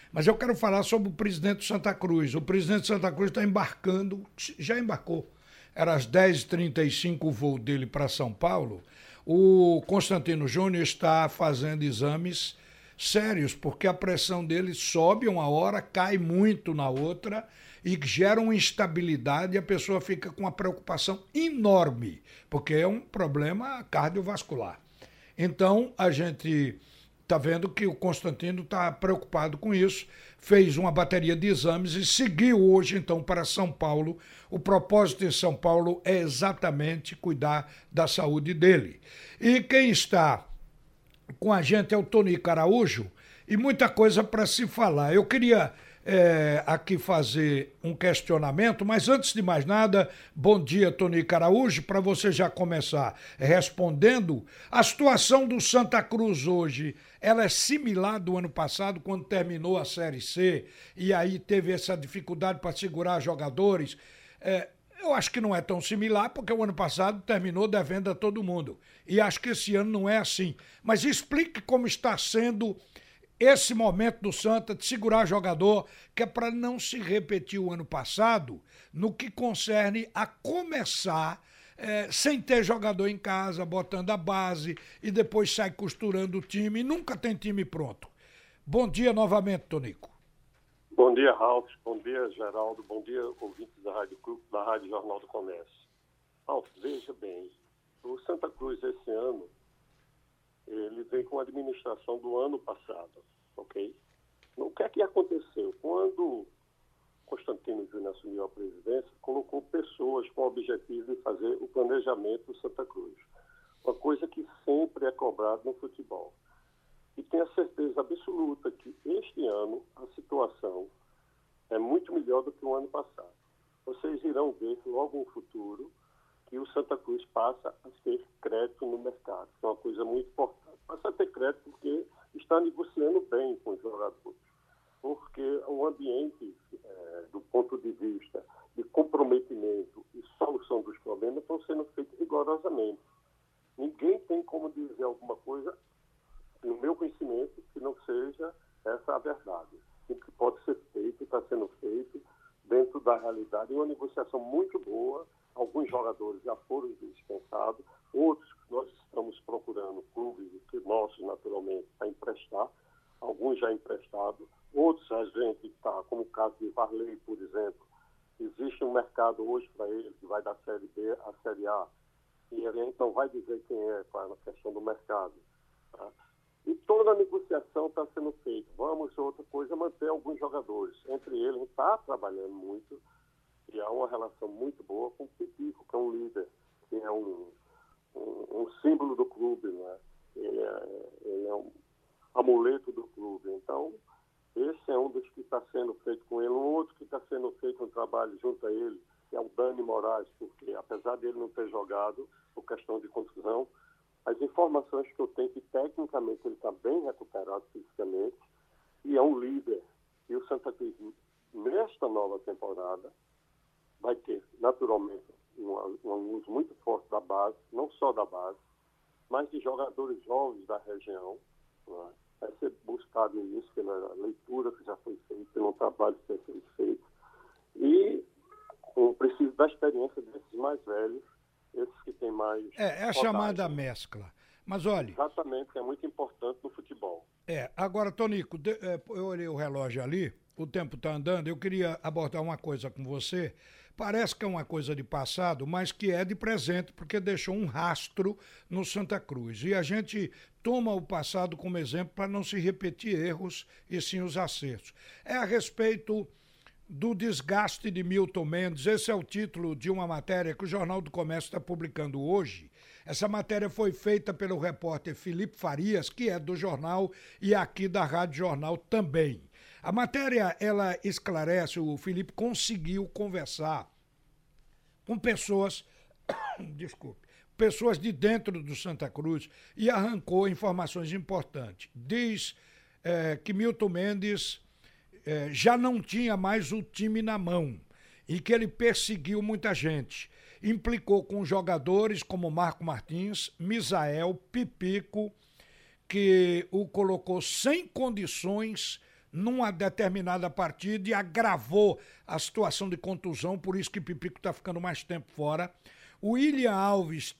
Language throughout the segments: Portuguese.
Mas eu quero falar sobre o presidente do Santa Cruz. O presidente do Santa Cruz está embarcando, já embarcou. Era às 10h35 o voo dele para São Paulo. O Constantino Júnior está fazendo exames sérios, porque a pressão dele sobe uma hora, cai muito na outra e gera uma instabilidade e a pessoa fica com uma preocupação enorme, porque é um problema cardiovascular. Então, a gente está vendo que o Constantino está preocupado com isso, fez uma bateria de exames e seguiu hoje, então, para São Paulo. O propósito de São Paulo é exatamente cuidar da saúde dele. E quem está com a gente é o Tonico Araújo e muita coisa para se falar. Eu queria aqui fazer um questionamento, mas antes de mais nada, bom dia, Tonico Araújo, para você já começar respondendo. A situação do Santa Cruz hoje, ela é similar do ano passado, quando terminou a Série C, e aí teve essa dificuldade para segurar jogadores. Eu acho que não é tão similar, porque o ano passado terminou devendo a todo mundo. E acho que esse ano não é assim. Mas explique como está sendo esse momento do Santa de segurar jogador, que é para não se repetir o ano passado, no que concerne a começar sem ter jogador em casa, botando a base e depois sai costurando o time e nunca tem time pronto. Bom dia novamente, Tonico. Bom dia, Ralf. Bom dia, Geraldo. Bom dia, ouvintes da Rádio Jornal do Comércio. Ralf, veja bem, o Santa Cruz esse ano, ele vem com a administração do ano passado, ok? O que é que aconteceu? Quando Constantino Júnior assumiu a presidência, colocou pessoas com o objetivo de fazer o planejamento do Santa Cruz. Uma coisa que sempre é cobrada no futebol. E tenho a certeza absoluta que este ano a situação é muito melhor do que o ano passado. Vocês irão ver logo no futuro que o Santa Cruz passa a ter crédito no mercado, que é uma coisa muito importante. Passa a ter crédito porque está negociando bem com os jogadores, porque o ambiente, do ponto de vista de comprometimento e solução dos problemas, estão sendo feitos rigorosamente. Ninguém tem como dizer alguma coisa, no meu conhecimento, que não seja essa a verdade. O que pode ser feito, está sendo feito dentro da realidade. É uma negociação muito boa. Alguns jogadores já foram dispensados, outros nós estamos procurando clubes que nossos, naturalmente, para emprestar, alguns já emprestados, outros a gente está, como o caso de Varley, por exemplo, existe um mercado hoje para ele que vai da Série B à Série A, e a gente não vai dizer quem é para a questão do mercado. Tá? E toda a negociação está sendo feita. Vamos, outra coisa, manter alguns jogadores. Entre eles, a gente está trabalhando muito, e há uma relação muito boa com o Pipico, que é um líder, que é um símbolo do clube, né? Ele é um amuleto do clube. Então, esse é um dos que está sendo feito com ele. Um outro que está sendo feito um trabalho junto a ele, que é o Dani Moraes, porque apesar dele não ter jogado por questão de contusão, as informações que eu tenho que tecnicamente ele está bem recuperado fisicamente e é um líder. E o Santa Cruz, nesta nova temporada, vai ter, naturalmente, um uso muito forte da base, não só da base, mas de jogadores jovens da região. Né? Vai ser buscado isso pela leitura que já foi feita, pelo trabalho que já foi feito. E eu preciso da experiência desses mais velhos, esses que têm mais... É a chamada mescla. Mas olha... Exatamente, que é muito importante no futebol. Agora, Tonico, eu olhei o relógio ali, o tempo está andando, eu queria abordar uma coisa com você. Parece que é uma coisa de passado, mas que é de presente, porque deixou um rastro no Santa Cruz. E a gente toma o passado como exemplo para não se repetir erros e sim os acertos. É a respeito do desgaste de Milton Mendes. Esse é o título de uma matéria que o Jornal do Comércio está publicando hoje. Essa matéria foi feita pelo repórter Felipe Farias, que é do jornal e aqui da Rádio Jornal também. A matéria, ela esclarece, o Felipe conseguiu conversar com pessoas, pessoas de dentro do Santa Cruz e arrancou informações importantes. Diz que Milton Mendes já não tinha mais o time na mão e que ele perseguiu muita gente. Implicou com jogadores como Marco Martins, Misael, Pipico, que o colocou sem condições numa determinada partida e agravou a situação de contusão, por isso que Pipico está ficando mais tempo fora. O William Alves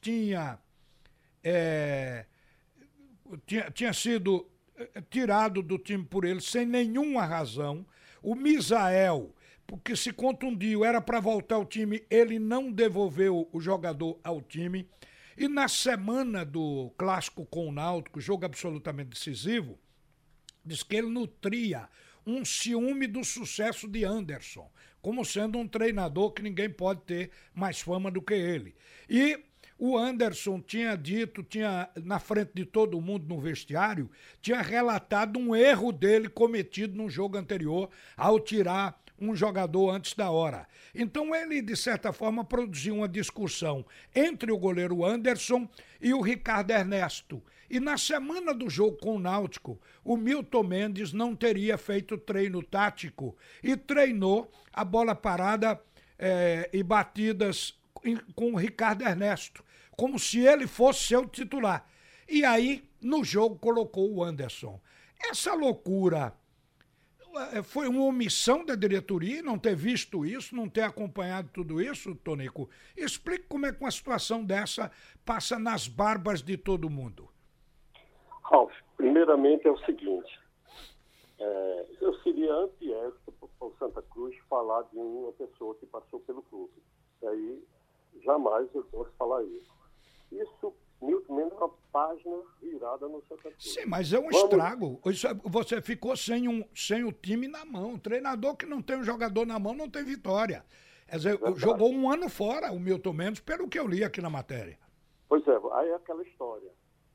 tinha sido tirado do time por ele sem nenhuma razão. O Misael, porque se contundiu, era para voltar ao time, ele não devolveu o jogador ao time. E na semana do clássico com o Náutico, jogo absolutamente decisivo, diz que ele nutria um ciúme do sucesso de Anderson, como sendo um treinador que ninguém pode ter mais fama do que ele. E o Anderson tinha dito, na frente de todo mundo no vestiário, tinha relatado um erro dele cometido no jogo anterior ao tirar um jogador antes da hora. Então ele, de certa forma, produziu uma discussão entre o goleiro Anderson e o Ricardo Ernesto. E na semana do jogo com o Náutico, o Milton Mendes não teria feito treino tático e treinou a bola parada e batidas com o Ricardo Ernesto, como se ele fosse seu titular. E aí, no jogo, colocou o Anderson. Essa loucura foi uma omissão da diretoria, não ter visto isso, não ter acompanhado tudo isso, Tonico? Explique como é que uma situação dessa passa nas barbas de todo mundo. Ralf, primeiramente é o seguinte, eu seria antiético para o Santa Cruz falar de uma pessoa que passou pelo clube. E aí, jamais eu posso falar isso. Isso, Milton Mendes, é uma página virada no Santa Cruz. Sim, mas é um estrago. Você ficou sem o time na mão. O treinador que não tem um jogador na mão não tem vitória. Quer dizer, jogou um ano fora o Milton Mendes, pelo que eu li aqui na matéria. Pois é, aí é aquela história.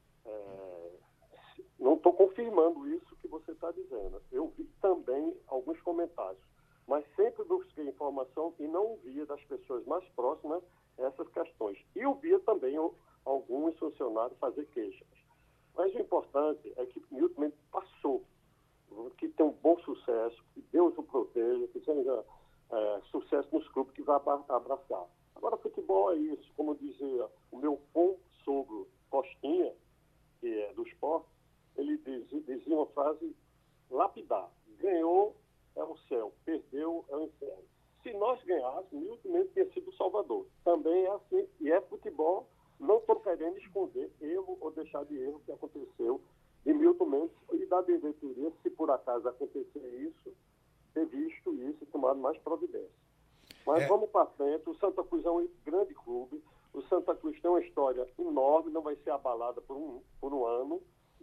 Não estou confirmando isso que você está dizendo. Eu vi também alguns comentários, mas sempre busquei informação e não via das pessoas mais próximas essas questões. E eu via também alguns funcionários fazer queixas. Mas o importante é que Milton Mendes passou, que tem um bom sucesso, que Deus o proteja, que tenha sucesso nos clubes que vai abraçar. Agora, futebol é isso. Como dizia o meu bom sogro Costinha, que é do esporte, ele dizia uma frase lapidar: ganhou é o céu, perdeu é o inferno. Se nós ganhássemos, Milton Mendes tinha sido o salvador. Também é assim, e é futebol. Não estou querendo esconder erro ou deixar de erro que aconteceu de Milton Mendes e da diretoria, se por acaso acontecer isso, ter visto isso e tomado mais providência. Mas vamos para frente. O Santa Cruz é um grande clube. O Santa Cruz tem uma história enorme, não vai ser abalada por um ano.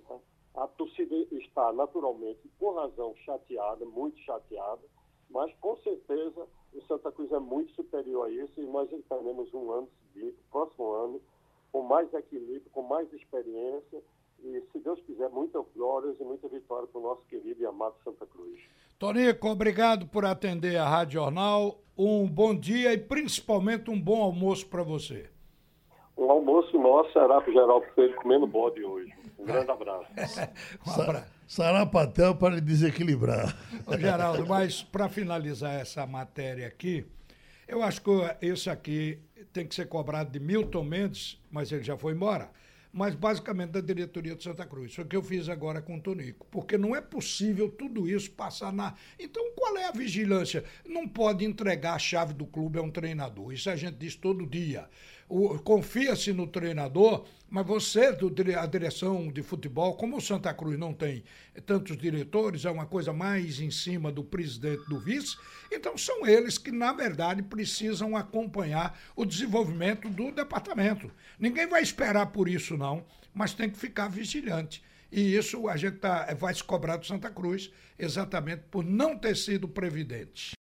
A torcida está, naturalmente, por razão, chateada, muito chateada, mas, com certeza, o Santa Cruz é muito superior a isso e nós teremos um ano seguinte, próximo ano, com mais equilíbrio, com mais experiência e, se Deus quiser, muitas glórias e muita vitória para o nosso querido e amado Santa Cruz. Tonico, obrigado por atender a Rádio Jornal. Um bom dia e, principalmente, um bom almoço para você. Um almoço nosso será para o Geraldo Freire comendo bode hoje. Um grande abraço. Um abraço. Sarapatel para desequilibrar. Ô, Geraldo, mas para finalizar essa matéria aqui, eu acho que isso aqui tem que ser cobrado de Milton Mendes, mas ele já foi embora, mas basicamente da diretoria de Santa Cruz. Isso que eu fiz agora com o Tonico, porque não é possível tudo isso passar na... Então, qual é a vigilância? Não pode entregar a chave do clube a um treinador, isso a gente diz todo dia. Confia-se no treinador, mas você, a direção de futebol, como o Santa Cruz não tem tantos diretores, é uma coisa mais em cima do presidente, do vice, então são eles que, na verdade, precisam acompanhar o desenvolvimento do departamento. Ninguém vai esperar por isso, não, mas tem que ficar vigilante. E isso a gente vai se cobrar do Santa Cruz, exatamente por não ter sido previdente.